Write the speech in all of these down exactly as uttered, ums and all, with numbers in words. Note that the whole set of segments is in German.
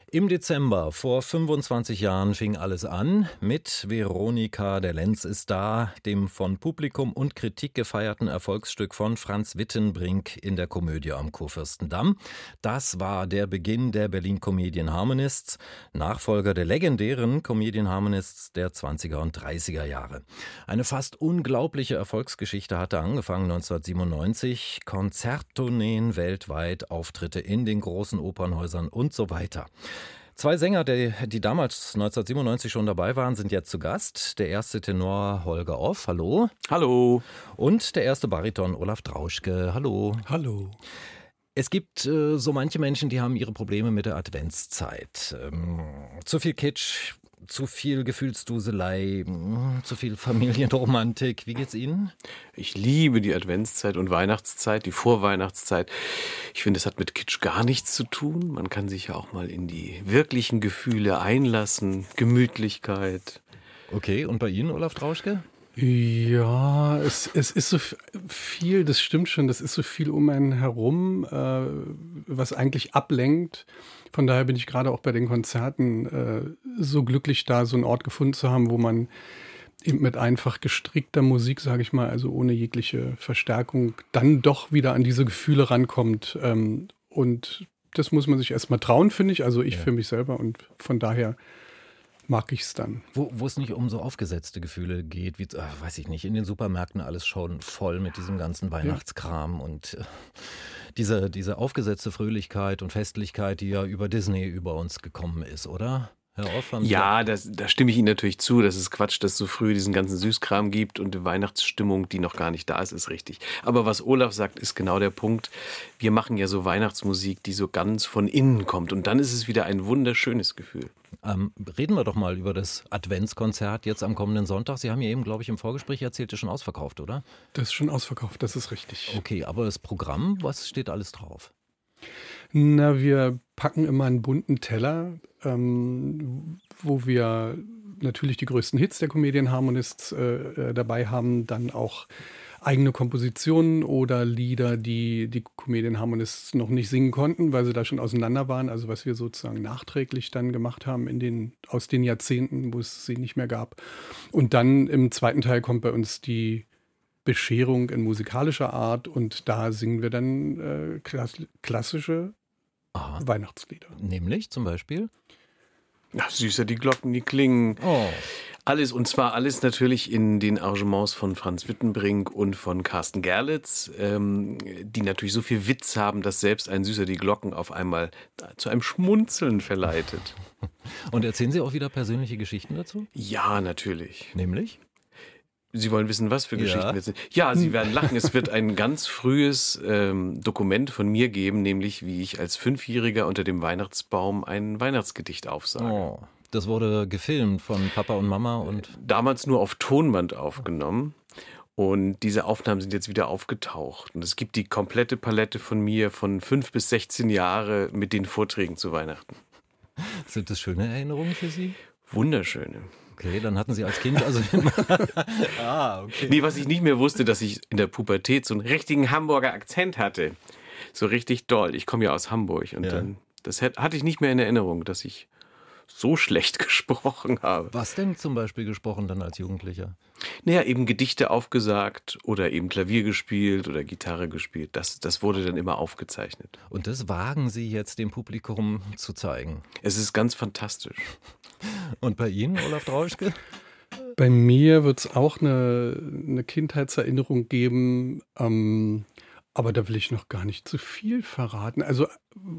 Im Dezember vor fünfundzwanzig Jahren fing alles an mit Veronika, der Lenz ist da, dem von Publikum und Kritik gefeierten Erfolgsstück von Franz Wittenbrink in der Komödie am Kurfürstendamm. Das war der Beginn der Berlin Comedian Harmonists, Nachfolger der legendären Comedian Harmonists der zwanziger und dreißiger Jahre. Eine fast unglaubliche Erfolgsgeschichte hatte angefangen neunzehnhundertsiebenundneunzig, Konzerttourneen weltweit, Auftritte in den großen Opernhäusern und so weiter. Zwei Sänger, die, die damals neunzehnhundertsiebenundneunzig schon dabei waren, sind jetzt zu Gast. Der erste Tenor Holger Off, hallo. Hallo. Und der erste Bariton Olaf Drauschke, hallo. Hallo. Es gibt äh, so manche Menschen, die haben ihre Probleme mit der Adventszeit. Ähm, zu viel Kitsch, zu viel Gefühlsduselei, mh, zu viel Familienromantik. Wie geht's Ihnen? Ich liebe die Adventszeit und Weihnachtszeit, die Vorweihnachtszeit. Ich finde, es hat mit Kitsch gar nichts zu tun. Man kann sich ja auch mal in die wirklichen Gefühle einlassen. Gemütlichkeit. Okay, und bei Ihnen, Olaf Drauschke? Ja, es, es ist so viel, das stimmt schon, das ist so viel um einen herum, äh, was eigentlich ablenkt. Von daher bin ich gerade auch bei den Konzerten äh, so glücklich, da so einen Ort gefunden zu haben, wo man eben mit einfach gestrickter Musik, sage ich mal, also ohne jegliche Verstärkung, dann doch wieder an diese Gefühle rankommt. Ähm, und das muss man sich erstmal trauen, finde ich, also ich Ja. für mich selber, und von daher mag ich es dann. Wo, wo es nicht um so aufgesetzte Gefühle geht, wie, ach, weiß ich nicht, in den Supermärkten alles schon voll mit diesem ganzen Weihnachtskram und äh, diese, diese aufgesetzte Fröhlichkeit und Festlichkeit, die ja über Disney über uns gekommen ist, oder? Herr Off, haben Sie Ja, das, da stimme ich Ihnen natürlich zu. Das ist Quatsch, dass es so früh diesen ganzen Süßkram gibt und die Weihnachtsstimmung, die noch gar nicht da ist, ist richtig. Aber was Olaf sagt, ist genau der Punkt. Wir machen ja so Weihnachtsmusik, die so ganz von innen kommt. Und dann ist es wieder ein wunderschönes Gefühl. Ähm, reden wir doch mal über das Adventskonzert jetzt am kommenden Sonntag. Sie haben ja eben, glaube ich, im Vorgespräch erzählt, ist schon ausverkauft, oder? Das ist schon ausverkauft, das ist richtig. Okay, aber das Programm, was steht alles drauf? Na, wir packen immer einen bunten Teller, ähm, wo wir natürlich die größten Hits der Comedian Harmonists äh, dabei haben, dann auch eigene Kompositionen oder Lieder, die die Comedian Harmonists noch nicht singen konnten, weil sie da schon auseinander waren, also was wir sozusagen nachträglich dann gemacht haben in den, aus den Jahrzehnten, wo es sie nicht mehr gab. Und dann im zweiten Teil kommt bei uns die Bescherung in musikalischer Art, und da singen wir dann äh, klass- klassische Aha. Weihnachtslieder. Nämlich zum Beispiel? Ach, süßer, die Glocken, die klingen. Oh. Alles, und zwar alles natürlich in den Arrangements von Franz Wittenbrink und von Carsten Gerlitz, ähm, die natürlich so viel Witz haben, dass selbst ein Süßer, die Glocken auf einmal zu einem Schmunzeln verleitet. Und erzählen Sie auch wieder persönliche Geschichten dazu? Ja, natürlich. Nämlich? Sie wollen wissen, was für Ja. Geschichten wir sind? Ja, Sie werden lachen. Es wird ein ganz frühes ähm, Dokument von mir geben, nämlich wie ich als Fünfjähriger unter dem Weihnachtsbaum ein Weihnachtsgedicht aufsage. Oh, das wurde gefilmt von Papa und Mama und Damals nur auf Tonband aufgenommen. Und diese Aufnahmen sind jetzt wieder aufgetaucht. Und es gibt die komplette Palette von mir von fünf bis sechzehn Jahre mit den Vorträgen zu Weihnachten. sind das schöne Erinnerungen für Sie? Wunderschöne. Okay, dann hatten Sie als Kind also immer... ah, okay. Nee, was ich nicht mehr wusste, dass ich in der Pubertät so einen richtigen Hamburger Akzent hatte. So richtig doll. Ich komme ja aus Hamburg. Und Ja. dann, das hätt- hatte ich nicht mehr in Erinnerung, dass ich so schlecht gesprochen habe. Was denn zum Beispiel gesprochen dann als Jugendlicher? Naja, eben Gedichte aufgesagt oder eben Klavier gespielt oder Gitarre gespielt. Das, das wurde dann immer aufgezeichnet. Und das wagen Sie jetzt dem Publikum zu zeigen. Es ist ganz fantastisch. Und bei Ihnen, Olaf Drauschke? Bei mir wird es auch eine, eine Kindheitserinnerung geben, ähm, aber da will ich noch gar nicht zu viel verraten. Also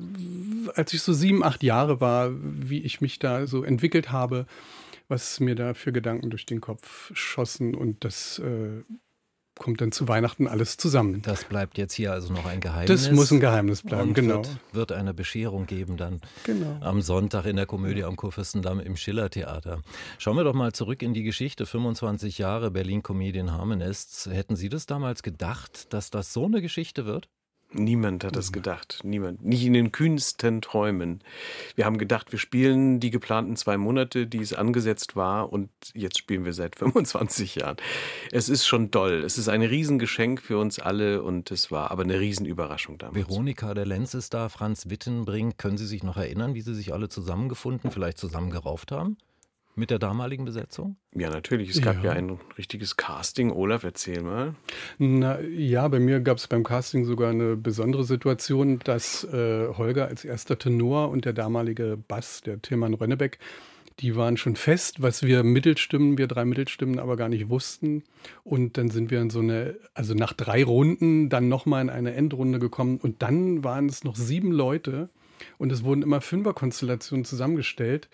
w- als ich so sieben, acht Jahre war, wie ich mich da so entwickelt habe, was mir da für Gedanken durch den Kopf schossen, und das äh, kommt dann zu Weihnachten alles zusammen. Das bleibt jetzt hier also noch ein Geheimnis. Das muss ein Geheimnis bleiben, und genau. Wird, wird eine Bescherung geben dann Genau. am Sonntag in der Komödie am Kurfürstendamm im Schiller-Theater. Schauen wir doch mal zurück in die Geschichte. fünfundzwanzig Jahre Berlin Comedian Harmonists. Hätten Sie das damals gedacht, dass das so eine Geschichte wird? Niemand hat das gedacht. Niemand. Nicht in den kühnsten Träumen. Wir haben gedacht, wir spielen die geplanten zwei Monate, die es angesetzt war, und jetzt spielen wir seit fünfundzwanzig Jahren. Es ist schon toll. Es ist ein Riesengeschenk für uns alle und es war aber eine Riesenüberraschung damals. Veronika, der Lenz ist da, Franz Wittenbrink. Können Sie sich noch erinnern, wie Sie sich alle zusammengefunden, vielleicht zusammengerauft haben? Mit der damaligen Besetzung? Ja, natürlich. Es gab ja, Ja. ein richtiges Casting. Olaf, erzähl mal. Na, ja, bei mir gab es beim Casting sogar eine besondere Situation, dass äh, Holger als erster Tenor und der damalige Bass, der Tilman Rönnebeck, die waren schon fest, was wir Mittelstimmen, wir drei Mittelstimmen aber gar nicht wussten. Und dann sind wir in so eine, also nach drei Runden dann nochmal in eine Endrunde gekommen. Und dann waren es noch sieben Leute und es wurden immer Fünferkonstellationen zusammengestellt.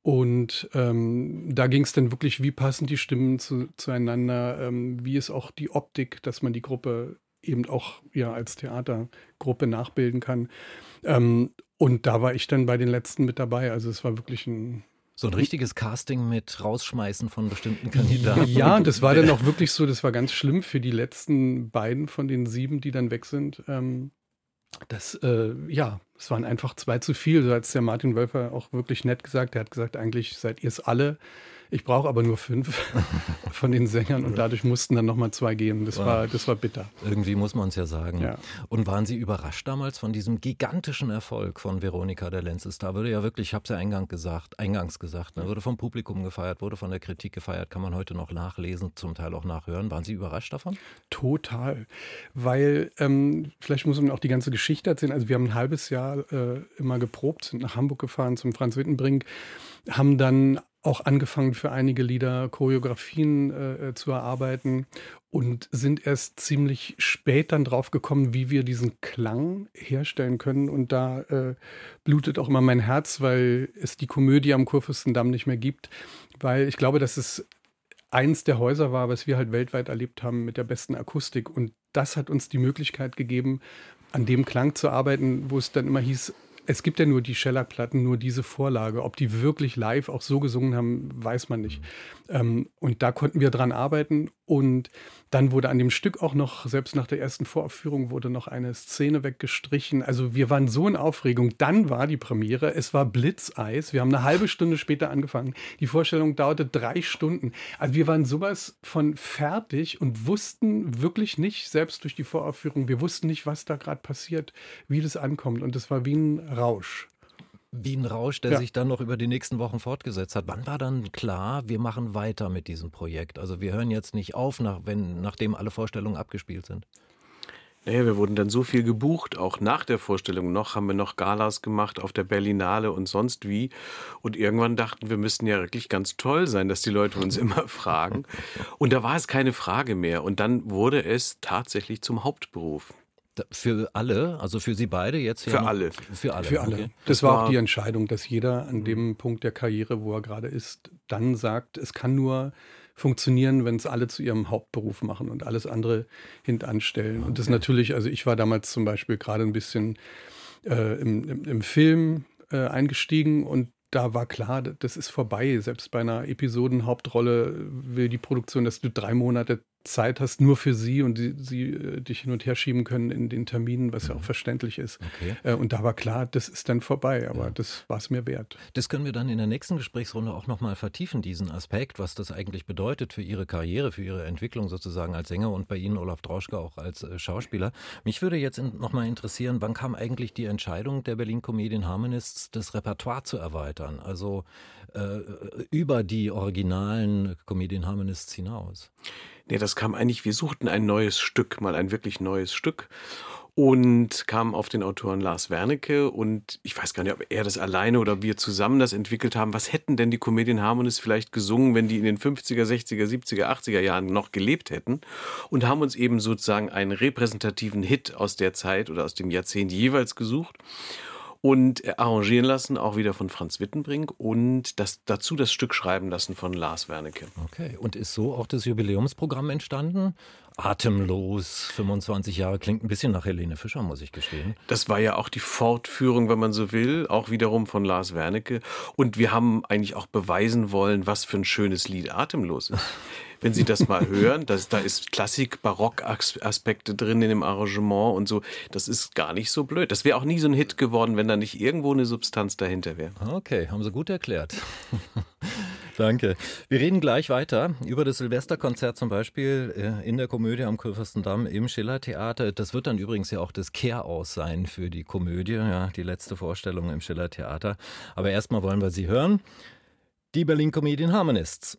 Und ähm, da ging es dann wirklich, wie passen die Stimmen zu, zueinander, ähm, wie ist auch die Optik, dass man die Gruppe eben auch ja als Theatergruppe nachbilden kann. Ähm, und da war ich dann bei den letzten mit dabei. Also es war wirklich ein... So ein richtiges Casting mit Rausschmeißen von bestimmten Kandidaten. Ja, und das war dann auch wirklich so, das war ganz schlimm für die letzten beiden von den sieben, die dann weg sind. Ähm, Das, äh, ja, es waren einfach zwei zu viel. So hat es der Martin Wölfer auch wirklich nett gesagt. Er hat gesagt, eigentlich seid ihr es alle. Ich brauche aber nur fünf von den Sängern und dadurch mussten dann nochmal zwei gehen. Das war, das war bitter. Irgendwie muss man es ja sagen. Ja. Und waren Sie überrascht damals von diesem gigantischen Erfolg von Veronika, der Lenz ist da? Wurde ja wirklich, ich habe es ja eingangs gesagt, eingangs gesagt, ne, wurde vom Publikum gefeiert, wurde von der Kritik gefeiert, kann man heute noch nachlesen, zum Teil auch nachhören. Waren Sie überrascht davon? Total. Weil, ähm, vielleicht muss man auch die ganze Geschichte erzählen. Also wir haben ein halbes Jahr äh, immer geprobt, sind nach Hamburg gefahren zum Franz Wittenbrink, haben dann auch angefangen für einige Lieder Choreografien äh, zu erarbeiten und sind erst ziemlich spät dann drauf gekommen, wie wir diesen Klang herstellen können. Und da äh, blutet auch immer mein Herz, weil es die Komödie am Kurfürstendamm nicht mehr gibt. Weil ich glaube, dass es eins der Häuser war, was wir halt weltweit erlebt haben mit der besten Akustik. Und das hat uns die Möglichkeit gegeben, an dem Klang zu arbeiten, wo es dann immer hieß, es gibt ja nur die Schellackplatten, nur diese Vorlage. Ob die wirklich live auch so gesungen haben, weiß man nicht. Ähm, und da konnten wir dran arbeiten. Und dann wurde an dem Stück auch noch, selbst nach der ersten Voraufführung, wurde noch eine Szene weggestrichen. Also wir waren so in Aufregung. Dann war die Premiere. Es war Blitzeis. Wir haben eine halbe Stunde später angefangen. Die Vorstellung dauerte drei Stunden. Also wir waren sowas von fertig und wussten wirklich nicht, selbst durch die Voraufführung, wir wussten nicht, was da gerade passiert, wie das ankommt. Und das war wie ein Rausch. Wie ein Rausch, der Ja. sich dann noch über die nächsten Wochen fortgesetzt hat. Wann war dann klar, wir machen weiter mit diesem Projekt? Also wir hören jetzt nicht auf, nach, wenn, nachdem alle Vorstellungen abgespielt sind. Naja, wir wurden dann so viel gebucht, auch nach der Vorstellung noch, haben wir noch Galas gemacht auf der Berlinale und sonst wie. Und irgendwann dachten wir, müssten ja wirklich ganz toll sein, dass die Leute uns immer fragen. Und da war es keine Frage mehr. Und dann wurde es tatsächlich zum Hauptberuf. Da- Für alle, also für Sie beide jetzt? Für ja noch- alle. Für alle. Für alle. Okay. Das, Das war war- auch die Entscheidung, dass jeder an dem Punkt der Karriere, wo er gerade ist, dann sagt, es kann nur funktionieren, wenn es alle zu ihrem Hauptberuf machen und alles andere hintanstellen. Und das natürlich, also ich war damals zum Beispiel gerade ein bisschen äh, im, im, im Film äh, eingestiegen und da war klar, das ist vorbei. Selbst bei einer Episodenhauptrolle will die Produktion, dass du drei Monate Zeit hast, nur für sie und sie, sie äh, dich hin und her schieben können in den Terminen, was ja auch verständlich ist. Okay. Äh, und da war klar, das ist dann vorbei, aber Ja. das war es mir wert. Das können wir dann in der nächsten Gesprächsrunde auch nochmal vertiefen, diesen Aspekt, was das eigentlich bedeutet für Ihre Karriere, für Ihre Entwicklung sozusagen als Sänger und bei Ihnen, Olaf Droschke, auch als äh, Schauspieler. Mich würde jetzt in, nochmal interessieren, wann kam eigentlich die Entscheidung der Berlin Comedian Harmonists, das Repertoire zu erweitern, also äh, über die originalen Comedian Harmonists hinaus? Nee, das kam eigentlich, wir suchten ein neues Stück, mal ein wirklich neues Stück und kamen auf den Autoren Lars Wernicke und ich weiß gar nicht, ob er das alleine oder wir zusammen das entwickelt haben. Was hätten denn die Comedian Harmonists vielleicht gesungen, wenn die in den fünfziger, sechziger, siebziger, achtziger Jahren noch gelebt hätten und haben uns eben sozusagen einen repräsentativen Hit aus der Zeit oder aus dem Jahrzehnt jeweils gesucht und arrangieren lassen, auch wieder von Franz Wittenbrink und das, dazu das Stück schreiben lassen von Lars Wernicke. Okay, und ist so auch das Jubiläumsprogramm entstanden? Atemlos, fünfundzwanzig Jahre, klingt ein bisschen nach Helene Fischer, muss ich gestehen. Das war ja auch die Fortführung, wenn man so will, auch wiederum von Lars Wernicke. Und wir haben eigentlich auch beweisen wollen, was für ein schönes Lied Atemlos ist. Wenn Sie das mal hören, das, da ist Klassik-Barock-Aspekte drin in dem Arrangement und so. Das ist gar nicht so blöd. Das wäre auch nie so ein Hit geworden, wenn da nicht irgendwo eine Substanz dahinter wäre. Okay, haben Sie gut erklärt. Danke. Wir reden gleich weiter über das Silvesterkonzert zum Beispiel in der Komödie am Kurfürstendamm im Schillertheater. Das wird dann übrigens ja auch das Kehraus sein für die Komödie, ja, die letzte Vorstellung im Schillertheater. Aber erstmal wollen wir Sie hören. Die Berlin Comedian Harmonists.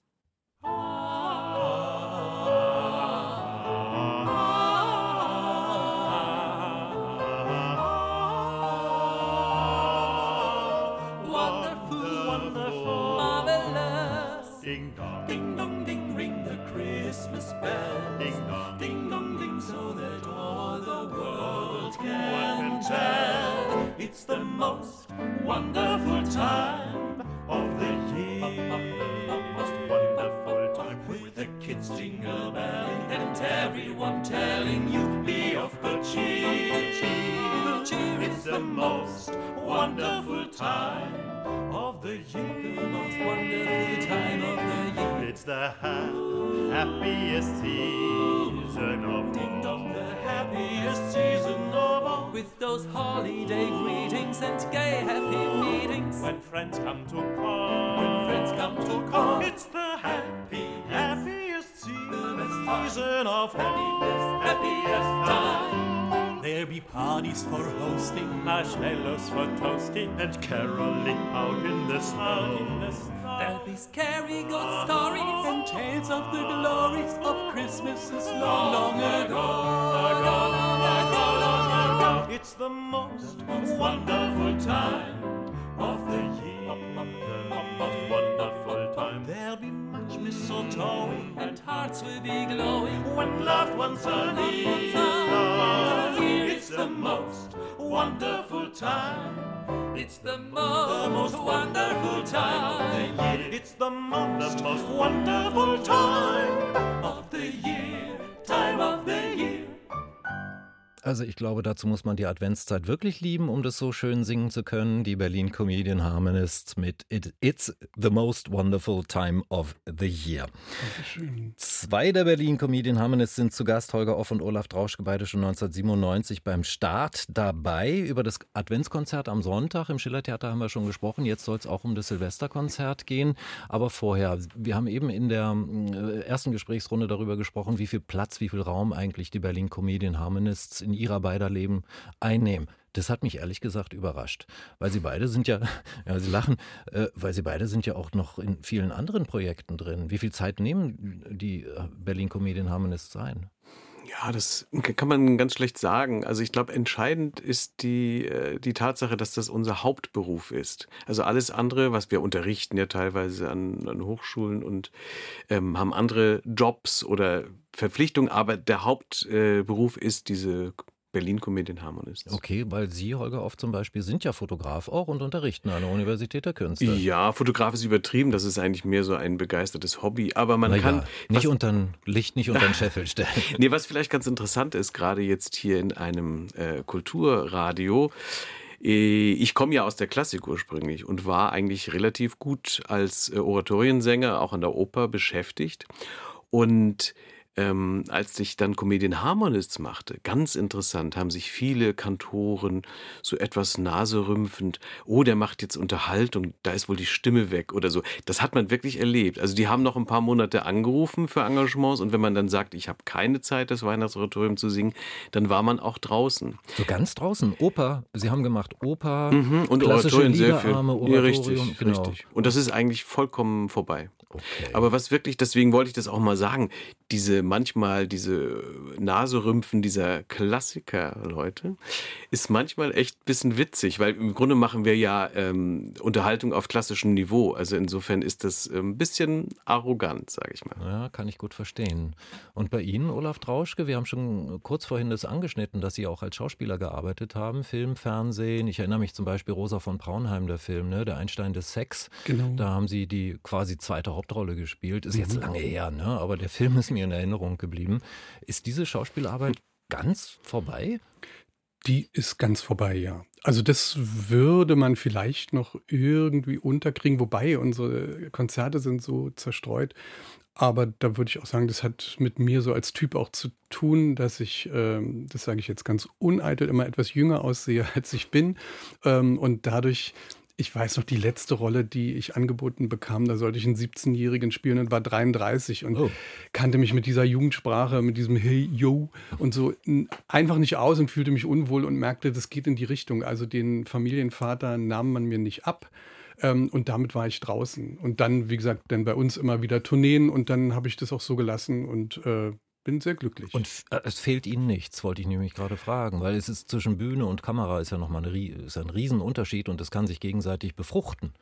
Ding dong, ding dong, ding, ring the Christmas bell. Ding dong, ding dong, ding, so that all the world can tell. It's the most wonderful time of the year. Most wonderful time with the kids jingle belling and everyone telling you be of good cheer. It's the most wonderful time of the year. The most wonderful time of the year. It's the ha- happiest season of Ding dong, the happiest season of all. With those holiday greetings and gay happy meetings. When friends come to call. When friends come to call. It's the happy, happiest season of all. Happiest time. There be parties for hosting, marshmallows for toasting, and caroling out in the snow. There'll be scary ghost stories and tales of the glories of Christmases long, long ago. Ago, ago, long ago. It's the most wonderful time of the year. The most wonderful time. There'll be much mistletoeing and hearts will be glowing when loved ones are near. It's the most wonderful time. It's the most, the most wonderful time of the year. It's the most, the most wonderful time of the year. Time of the year. Also ich glaube, dazu muss man die Adventszeit wirklich lieben, um das so schön singen zu können. Die Berlin Comedian Harmonists mit It, It's the Most Wonderful Time of the Year. Dankeschön. Zwei der Berlin Comedian Harmonists sind zu Gast, Holger Off und Olaf Drauschke, beide schon neunzehnhundertsiebenundneunzig beim Start dabei. Über das Adventskonzert am Sonntag im Schillertheater haben wir schon gesprochen. Jetzt soll es auch um das Silvesterkonzert gehen. Aber vorher, wir haben eben in der ersten Gesprächsrunde darüber gesprochen, wie viel Platz, wie viel Raum eigentlich die Berlin Comedian Harmonists in ihrer beider Leben einnehmen. Das hat mich ehrlich gesagt überrascht, weil sie beide sind ja, ja sie lachen, äh, weil sie beide sind ja auch noch in vielen anderen Projekten drin. Wie viel Zeit nehmen die Berlin Comedian Harmonists ein? Ja, das kann man ganz schlecht sagen. Also ich glaube, entscheidend ist die, die Tatsache, dass das unser Hauptberuf ist. Also alles andere, was wir unterrichten ja teilweise an, an Hochschulen und ähm, haben andere Jobs oder Verpflichtungen, aber der Hauptberuf äh, ist diese Berlin Comedian Harmonists. Okay, weil Sie, Holger Off zum Beispiel, sind ja Fotograf auch und unterrichten an der Universität der Künste. Ja, Fotograf ist übertrieben, das ist eigentlich mehr so ein begeistertes Hobby, aber man naja, kann... nicht unter Licht, nicht unter den Scheffel stellen. Nee, was vielleicht ganz interessant ist, gerade jetzt hier in einem äh, Kulturradio, ich komme ja aus der Klassik ursprünglich und war eigentlich relativ gut als äh, Oratoriensänger auch an der Oper beschäftigt und Ähm, als ich dann Comedian Harmonists machte, ganz interessant, haben sich viele Kantoren so etwas naserümpfend, oh, der macht jetzt Unterhaltung, da ist wohl die Stimme weg oder so. Das hat man wirklich erlebt. Also die haben noch ein paar Monate angerufen für Engagements und wenn man dann sagt, ich habe keine Zeit, das Weihnachtsoratorium zu singen, dann war man auch draußen. So ganz draußen? Oper? Sie haben gemacht Oper, mhm. und klassische Oratorien sehr viel. Oratorium. Ja, richtig, genau. richtig. Und das ist eigentlich vollkommen vorbei. Okay. Aber was wirklich, deswegen wollte ich das auch mal sagen, diese manchmal, diese Naserümpfen dieser Klassiker-Leute, ist manchmal echt ein bisschen witzig, weil im Grunde machen wir ja ähm, Unterhaltung auf klassischem Niveau. Also insofern ist das ein bisschen arrogant, sage ich mal. Ja, kann ich gut verstehen. Und bei Ihnen, Olaf Drauschke, wir haben schon kurz vorhin das angeschnitten, dass Sie auch als Schauspieler gearbeitet haben, Film, Fernsehen. Ich erinnere mich zum Beispiel Rosa von Braunheim, der Film, ne? Der Einstein des Sex. Genau. Da haben Sie die quasi zweite Hauptrolle gespielt. Ist jetzt lange her, ne? Aber der Film ist mir in Erinnerung geblieben. Ist diese Schauspielarbeit ganz vorbei? Die ist ganz vorbei, ja. Also das würde man vielleicht noch irgendwie unterkriegen, wobei unsere Konzerte sind so zerstreut. Aber da würde ich auch sagen, das hat mit mir so als Typ auch zu tun, dass ich, ähm, das sage ich jetzt ganz uneitel, immer etwas jünger aussehe, als ich bin. Ähm, und dadurch, ich weiß noch, die letzte Rolle, die ich angeboten bekam, da sollte ich einen siebzehnjährigen spielen und war dreiunddreißig und oh. kannte mich mit dieser Jugendsprache, mit diesem Hey, yo und so einfach nicht aus und fühlte mich unwohl und merkte, das geht in die Richtung. Also den Familienvater nahm man mir nicht ab. Ähm, und damit war ich draußen. Und dann, wie gesagt, dann bei uns immer wieder Tourneen und dann habe ich das auch so gelassen und äh, bin sehr glücklich. Und äh, es fehlt Ihnen nichts, wollte ich nämlich gerade fragen, weil es ist zwischen Bühne und Kamera ist ja nochmal eine, ist ein Riesenunterschied und das kann sich gegenseitig befruchten.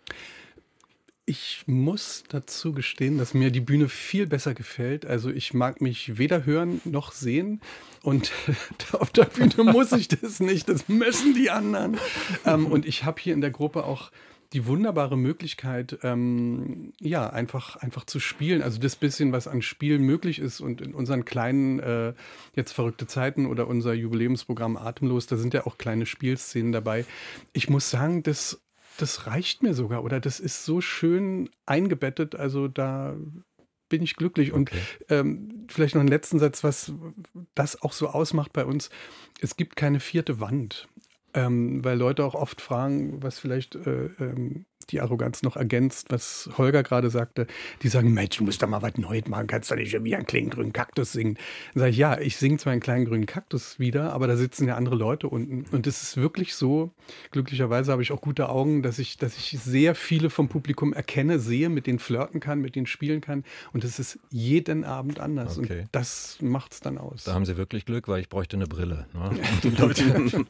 Ich muss dazu gestehen, dass mir die Bühne viel besser gefällt. Also ich mag mich weder hören noch sehen und auf der Bühne muss ich das nicht, das müssen die anderen. Ähm, und ich habe hier in der Gruppe auch die wunderbare Möglichkeit, ähm, ja, einfach, einfach zu spielen. Also das bisschen, was an Spielen möglich ist und in unseren kleinen, äh, jetzt verrückte Zeiten oder unser Jubiläumsprogramm Atemlos, da sind ja auch kleine Spielszenen dabei. Ich muss sagen, das, das reicht mir sogar oder das ist so schön eingebettet, also da bin ich glücklich. Und okay. ähm, vielleicht noch einen letzten Satz, was das auch so ausmacht bei uns. Es gibt keine vierte Wand. Ähm, weil Leute auch oft fragen, was vielleicht äh, ähm, die Arroganz noch ergänzt, was Holger gerade sagte. Die sagen, Mensch, du musst doch mal was Neues machen, kannst doch nicht schon wie einen kleinen grünen Kaktus singen. Dann sage ich, ja, ich singe zwar einen kleinen grünen Kaktus wieder, aber da sitzen ja andere Leute unten. Und es ist wirklich so, glücklicherweise habe ich auch gute Augen, dass ich, dass ich sehr viele vom Publikum erkenne, sehe, mit denen flirten kann, mit denen spielen kann. Und es ist jeden Abend anders. Okay. Und das macht es dann aus. Da haben Sie wirklich Glück, weil ich bräuchte eine Brille, ne? Um die Leute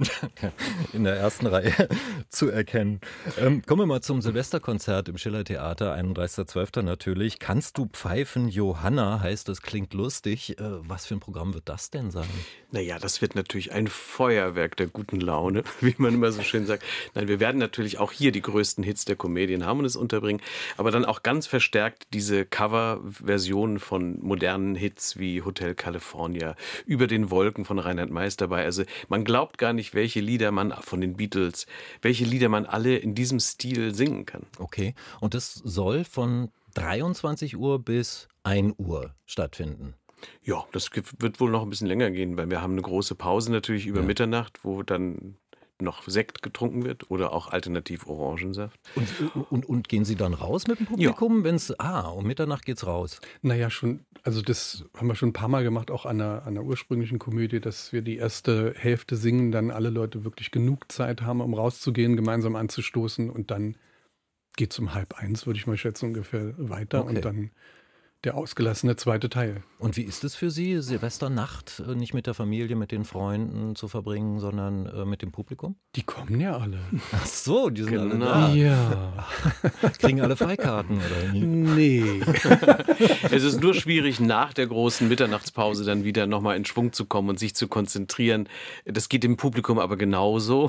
in der ersten Reihe zu erkennen. Ähm, kommen wir mal zum Silvesterkonzert im Schillertheater, einunddreißigster zwölfter natürlich. Kannst du pfeifen, Johanna, heißt das, klingt lustig. Äh, was für ein Programm wird das denn sein? Naja, das wird natürlich ein Feuerwerk der guten Laune, wie man immer so schön sagt. Nein, wir werden natürlich auch hier die größten Hits der Comedian Harmonies unterbringen, aber dann auch ganz verstärkt diese Coverversionen von modernen Hits wie Hotel California, Über den Wolken von Reinhard May dabei. Also man glaubt gar nicht, welche Lieder man von den Beatles, welche Lieder man alle in diesem Stil singen kann. Okay, und das soll von dreiundzwanzig Uhr bis ein Uhr stattfinden. Ja, das wird wohl noch ein bisschen länger gehen, weil wir haben eine große Pause natürlich über ja. Mitternacht, wo dann noch Sekt getrunken wird oder auch alternativ Orangensaft. Und, und, und gehen Sie dann raus mit dem Publikum, ja. wenn es, ah, um Mitternacht geht's raus? Naja, schon, also das haben wir schon ein paar Mal gemacht, auch an der, an der ursprünglichen Komödie, dass wir die erste Hälfte singen, dann alle Leute wirklich genug Zeit haben, um rauszugehen, gemeinsam anzustoßen und dann geht es um halb eins, würde ich mal schätzen, ungefähr weiter okay. und dann der ausgelassene zweite Teil. Und wie ist es für Sie, Silvesternacht nicht mit der Familie, mit den Freunden zu verbringen, sondern äh, mit dem Publikum? Die kommen ja alle. Ach so, die sind genau. alle da. Ja. Kriegen alle Freikarten, oder? Nee. Es ist nur schwierig, nach der großen Mitternachtspause dann wieder nochmal in Schwung zu kommen und sich zu konzentrieren. Das geht dem Publikum aber genauso.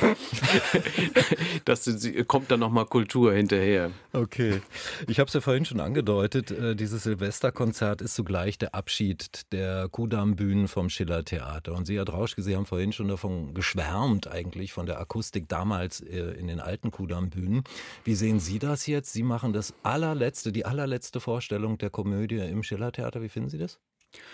Das kommt dann nochmal Kultur hinterher. Okay. Ich habe es ja vorhin schon angedeutet, äh, dieses Silvester Konzert ist zugleich der Abschied der Kudamm-Bühnen vom Schillertheater. Und Sie, Herr Drauschke, Sie haben vorhin schon davon geschwärmt eigentlich, von der Akustik damals äh, in den alten Kudamm-Bühnen. Wie sehen Sie das jetzt? Sie machen das allerletzte, die allerletzte Vorstellung der Komödie im Schillertheater. Wie finden Sie das?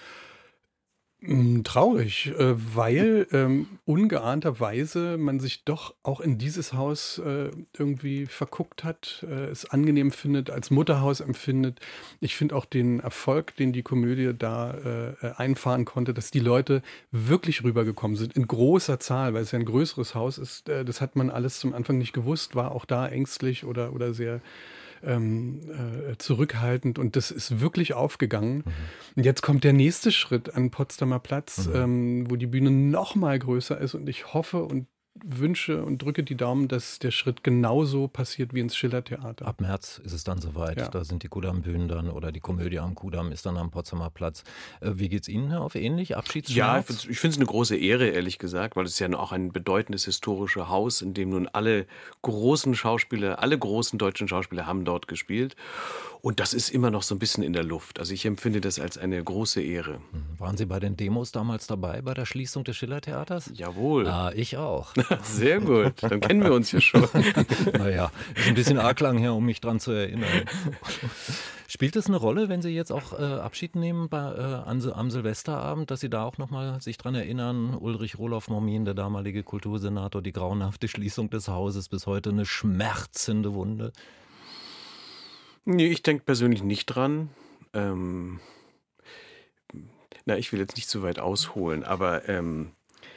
Traurig, weil ähm, ungeahnterweise man sich doch auch in dieses Haus äh, irgendwie verguckt hat, äh, es angenehm findet, als Mutterhaus empfindet. Ich finde auch den Erfolg, den die Komödie da äh, einfahren konnte, dass die Leute wirklich rübergekommen sind, in großer Zahl, weil es ja ein größeres Haus ist. Äh, das hat man alles zum Anfang nicht gewusst, war auch da ängstlich oder, oder sehr Ähm, äh, zurückhaltend und das ist wirklich aufgegangen. Mhm. Und jetzt kommt der nächste Schritt an Potsdamer Platz, mhm. ähm, wo die Bühne noch mal größer ist und ich hoffe und wünsche und drücke die Daumen, dass der Schritt genauso passiert wie ins Schillertheater. Ab März ist es dann soweit. Ja. Da sind die Kudamm-Bühnen dann oder die Komödie am Kudamm ist dann am Potsdamer Platz. Äh, wie geht's Ihnen, Herr Off? Ähnlich? Abschiedsschmerz? Ja, ich finde es eine große Ehre, ehrlich gesagt, weil es ist ja auch ein bedeutendes historisches Haus, in dem nun alle großen Schauspieler, alle großen deutschen Schauspieler haben dort gespielt. Und das ist immer noch so ein bisschen in der Luft. Also ich empfinde das als eine große Ehre. Waren Sie bei den Demos damals dabei, bei der Schließung des Schillertheaters? Jawohl. Ah, ich auch. Sehr gut, dann kennen wir uns ja schon. Naja, ist ein bisschen Arglang her, um mich dran zu erinnern. Spielt es eine Rolle, wenn Sie jetzt auch äh, Abschied nehmen bei, äh, an, am Silvesterabend, dass Sie da auch nochmal sich dran erinnern? Ulrich Roloff-Mormin, der damalige Kultursenator, die grauenhafte Schließung des Hauses, bis heute eine schmerzende Wunde. Nee, ich denke persönlich nicht dran. Ähm, na, ich will jetzt nicht zu weit ausholen, aber ähm,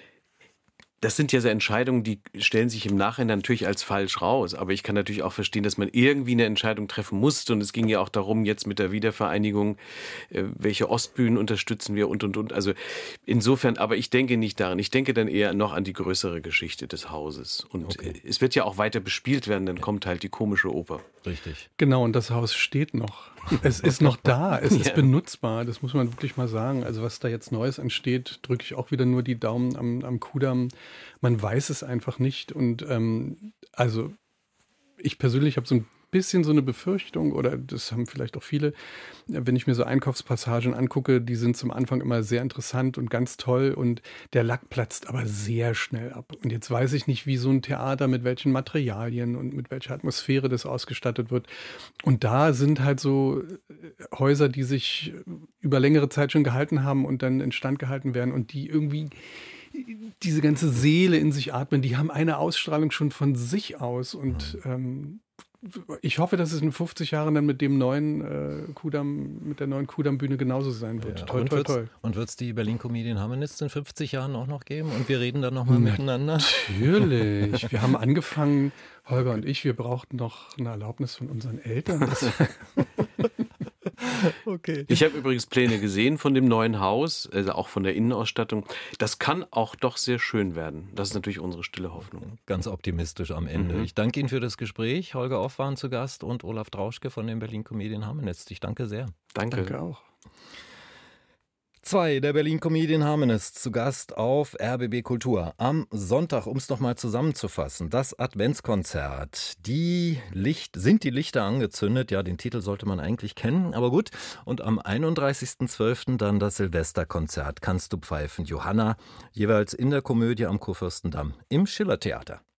das sind ja so Entscheidungen, die stellen sich im Nachhinein natürlich als falsch raus. Aber ich kann natürlich auch verstehen, dass man irgendwie eine Entscheidung treffen musste. Und es ging ja auch darum, jetzt mit der Wiedervereinigung, äh, welche Ostbühnen unterstützen wir und, und, und. Also insofern, aber ich denke nicht daran. Ich denke dann eher noch an die größere Geschichte des Hauses. Und Okay. äh, es wird ja auch weiter bespielt werden, dann kommt halt die komische Oper. Richtig. Genau, und das Haus steht noch. Es ist noch da, es ist Ja. benutzbar, das muss man wirklich mal sagen. Also was da jetzt Neues entsteht, drücke ich auch wieder nur die Daumen am, am Kudamm. Man weiß es einfach nicht. Und ähm, also ich persönlich habe so ein bisschen so eine Befürchtung, oder das haben vielleicht auch viele, wenn ich mir so Einkaufspassagen angucke, die sind zum Anfang immer sehr interessant und ganz toll und der Lack platzt aber sehr schnell ab. Und jetzt weiß ich nicht, wie so ein Theater, mit welchen Materialien und mit welcher Atmosphäre das ausgestattet wird. Und da sind halt so Häuser, die sich über längere Zeit schon gehalten haben und dann instand gehalten werden und die irgendwie diese ganze Seele in sich atmen, die haben eine Ausstrahlung schon von sich aus. Und ähm, ich hoffe, dass es in fünfzig Jahren dann mit dem neuen äh, Kudamm, mit der neuen Kudamm-Bühne genauso sein wird. Ja. Toi, Und toi, wird's- toi. Und wird es die Berlin Comedian Harmonists in fünfzig Jahren auch noch geben? Und wir reden dann nochmal miteinander? Natürlich. Wir haben angefangen, Holger und ich, wir brauchten noch eine Erlaubnis von unseren Eltern. Das, Okay. Ich habe übrigens Pläne gesehen von dem neuen Haus, also auch von der Innenausstattung. Das kann auch doch sehr schön werden. Das ist natürlich unsere stille Hoffnung. Ganz optimistisch am Ende. Mhm. Ich danke Ihnen für das Gespräch. Holger Off waren zu Gast und Olaf Drauschke von den Berlin Comedian Harmonists. Ich danke sehr. Danke. danke auch. Zwei der Berlin Comedian Harmonists zu Gast auf R B B Kultur. Am Sonntag, um es nochmal zusammenzufassen, das Adventskonzert. Die Licht, sind die Lichter angezündet? Ja, den Titel sollte man eigentlich kennen, aber gut. Und am einunddreißigsten zwölften dann das Silvesterkonzert. Kannst du pfeifen, Johanna? Jeweils in der Komödie am Kurfürstendamm im Schillertheater.